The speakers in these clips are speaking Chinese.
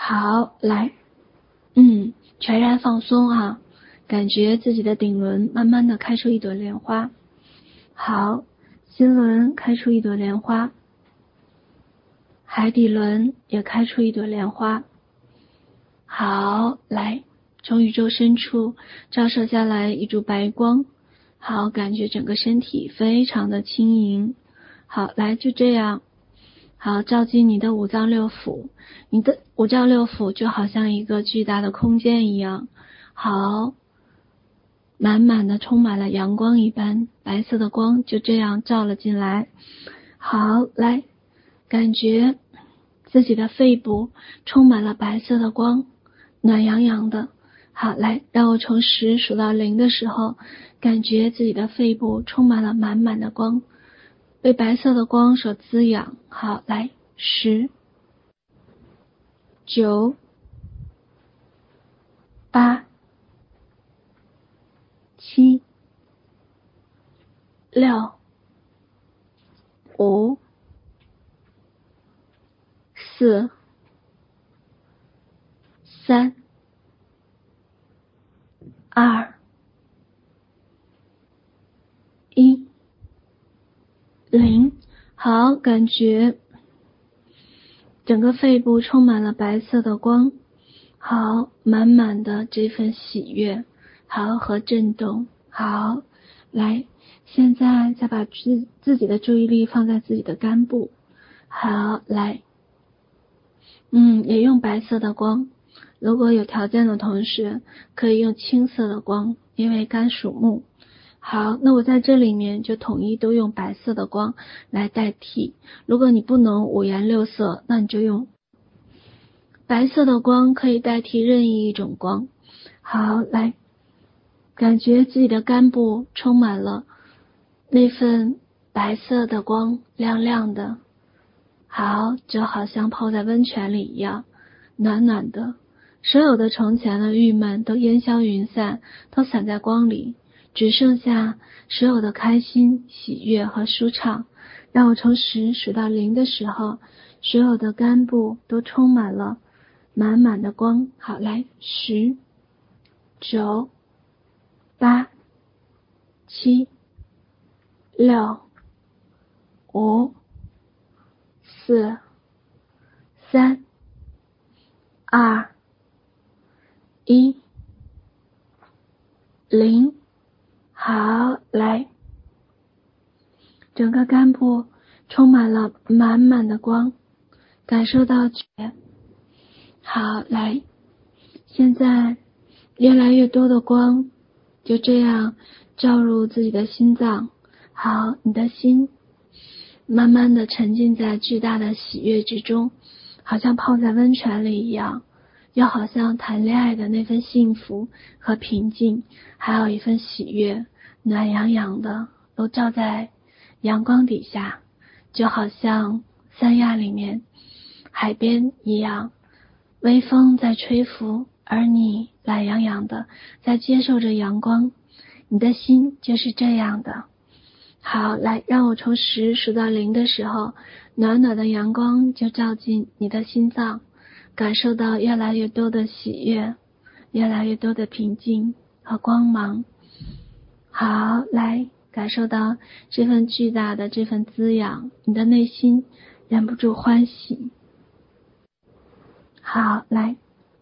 好，来，全然放松哈，感觉自己的顶轮慢慢的开出一朵莲花。好，心轮开出一朵莲花，海底轮也开出一朵莲花。好，来，从宇宙深处照射下来一束白光。好，感觉整个身体非常的轻盈。好，来，就这样。好，照进你的五脏六腑，你的五脏六腑就好像一个巨大的空间一样。好，满满的充满了阳光一般，白色的光就这样照了进来。好，来，感觉自己的肺部充满了白色的光，暖洋洋的。好，来，让我从10数到0的时候，感觉自己的肺部充满了满满的光，被白色的光所滋养。好，来，10、9、8、7、6、5、4、3、2、1、0。好，感觉整个肺部充满了白色的光。好，满满的这份喜悦，好，和震动。好，来，现在再把自己的注意力放在自己的肝部。好，来，也用白色的光。如果有条件的同学，可以用青色的光，因为肝属木。好，那我在这里面就统一都用白色的光来代替。如果你不能五颜六色，那你就用白色的光，可以代替任意一种光。好，来，感觉自己的肝部充满了那份白色的光，亮亮的。好，就好像泡在温泉里一样，暖暖的。所有的从前的郁闷都烟消云散，都散在光里，只剩下所有的开心、喜悦和舒畅。让我从10数到0的时候，所有的肝部都充满了满满的光。好，来，10、9、8、7、6、5、4、3、2、1、0。好，来，整个肝部充满了满满的光，感受到好，来，现在越来越多的光就这样照入自己的心脏。好，你的心慢慢的沉浸在巨大的喜悦之中，好像泡在温泉里一样，又好像谈恋爱的那份幸福和平静，还有一份喜悦，暖洋洋的都照在阳光底下，就好像三亚里面海边一样，微风在吹拂，而你懒洋洋的在接受着阳光，你的心就是这样的。好，来，让我从10数到0的时候，暖暖的阳光就照进你的心脏，感受到越来越多的喜悦，越来越多的平静和光芒。好，来，感受到这份巨大的这份滋养，你的内心忍不住欢喜。好，来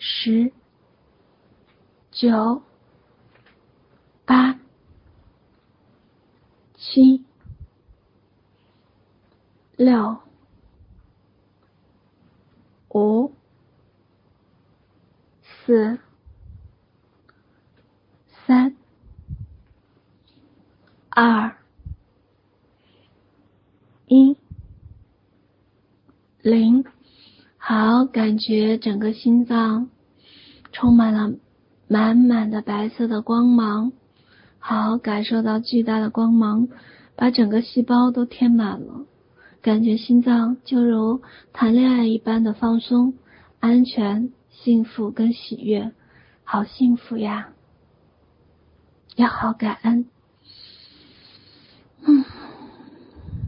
，10、9、8、7、6、5、4、3、2、1、0。好，感觉整个心脏充满了满满的白色的光芒。好，感受到巨大的光芒把整个细胞都填满了，感觉心脏就如谈恋爱一般的放松、安全、幸福跟喜悦。好幸福呀，也好感恩。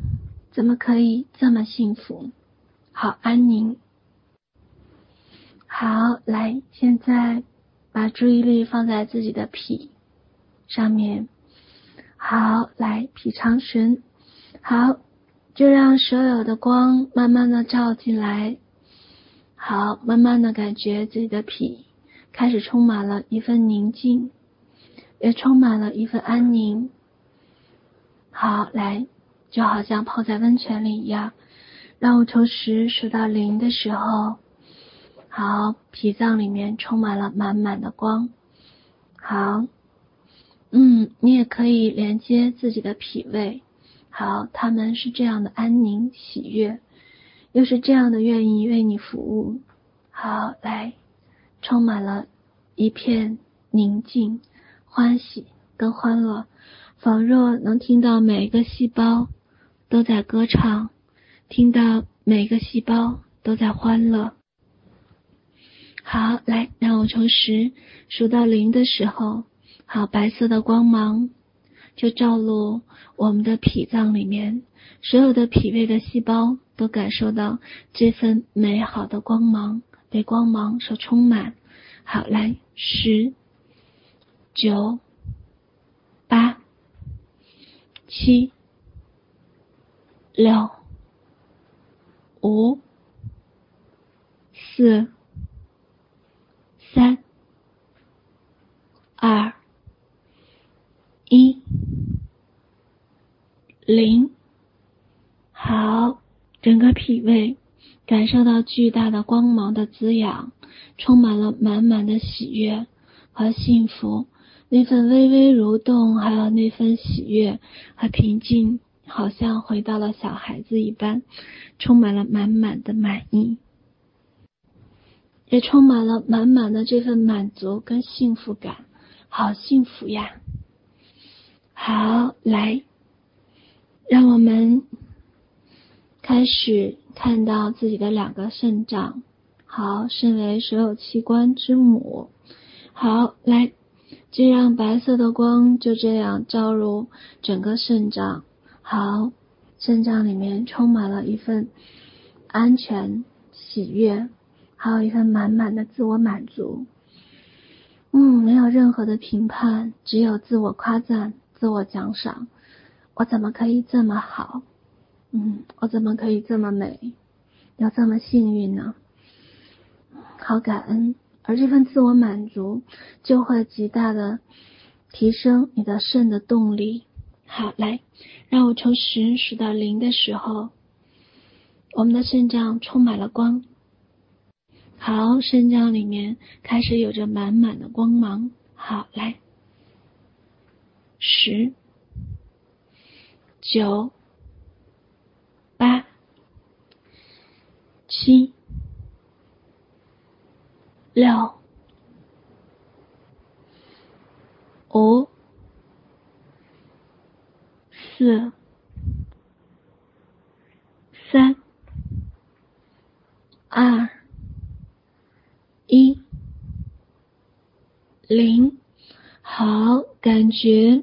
怎么可以这么幸福？好安宁。 好，来，现在把注意力放在自己的脾上面。好，来，脾长神。好，就让所有的光慢慢的照进来。好，慢慢的感觉自己的脾开始充满了一份宁静，也充满了一份安宁。好，来，就好像泡在温泉里一样，让我从10数到0的时候，好，脾脏里面充满了满满的光。好，你也可以连接自己的脾胃。好，他们是这样的安宁喜悦，又是这样的愿意为你服务。好，来，充满了一片宁静、欢喜跟欢乐，仿若能听到每个细胞都在歌唱，听到每个细胞都在欢乐。好，来，让我从10数到0的时候，好，白色的光芒就照入我们的脾脏里面，所有的脾胃的细胞都感受到这份美好的光芒，被光芒所充满。好，来，10、9、8、7、6、5、4、3、2、1、0。好，整个脾胃感受到巨大的光芒的滋养，充满了满满的喜悦和幸福，那份微微蠕动，还有那份喜悦和平静，好像回到了小孩子一般，充满了满满的满意，也充满了满满的这份满足跟幸福感。好幸福呀。好，来，让我们开始看到自己的2个肾脏。好，肾为所有器官之母。好，来，就让白色的光就这样照入整个肾脏。好，肾脏里面充满了一份安全、喜悦，还有一份满满的自我满足。没有任何的评判，只有自我夸赞、自我奖赏。我怎么可以这么好？我怎么可以这么美，又这么幸运呢？好感恩，而这份自我满足就会极大的提升你的肾的动力。好，来，让我从10数到0的时候，我们的肾脏充满了光。好，肾脏里面开始有着满满的光芒。好，来，10、9、8、7、6、5、4、3、2、1、0。好，感觉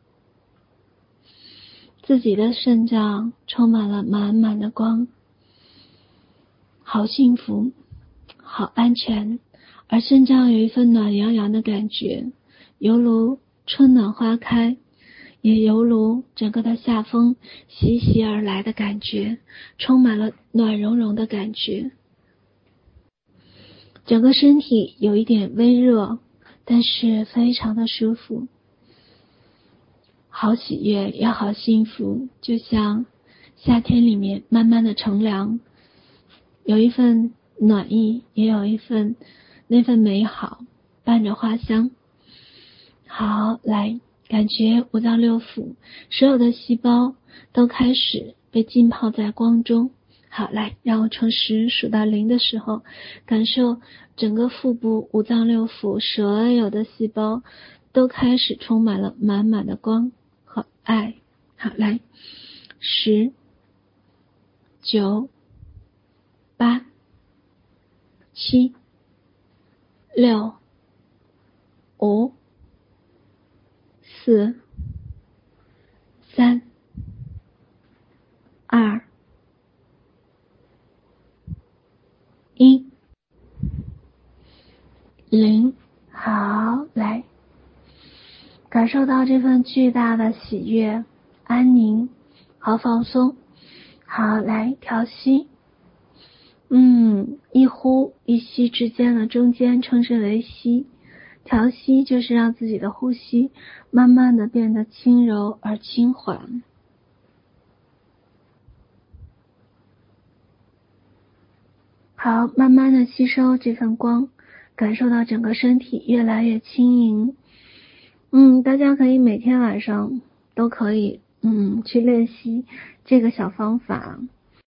自己的肾脏充满了满满的光，好幸福，好安全，而肾脏有一份暖洋洋的感觉，犹如春暖花开，也犹如整个的夏风习习而来的感觉，充满了暖融融的感觉。整个身体有一点微热，但是非常的舒服，好喜悦也好幸福，就像夏天里面慢慢的乘凉，有一份暖意，也有一份那份美好，伴着花香。好，来，感觉5脏6腑所有的细胞都开始被浸泡在光中。好，来，让我从10数到0的时候，感受整个腹部5脏6腑所有的细胞都开始充满了满满的光和爱。好，来，10、9、8、7、6、5、4、3、2、1。 感受到这份巨大的喜悦、安宁和放松。好，来调息。一呼一吸之间的中间称之为吸。调息就是让自己的呼吸慢慢的变得轻柔而轻缓。好，慢慢的吸收这份光，感受到整个身体越来越轻盈。大家可以每天晚上都可以去练习这个小方法。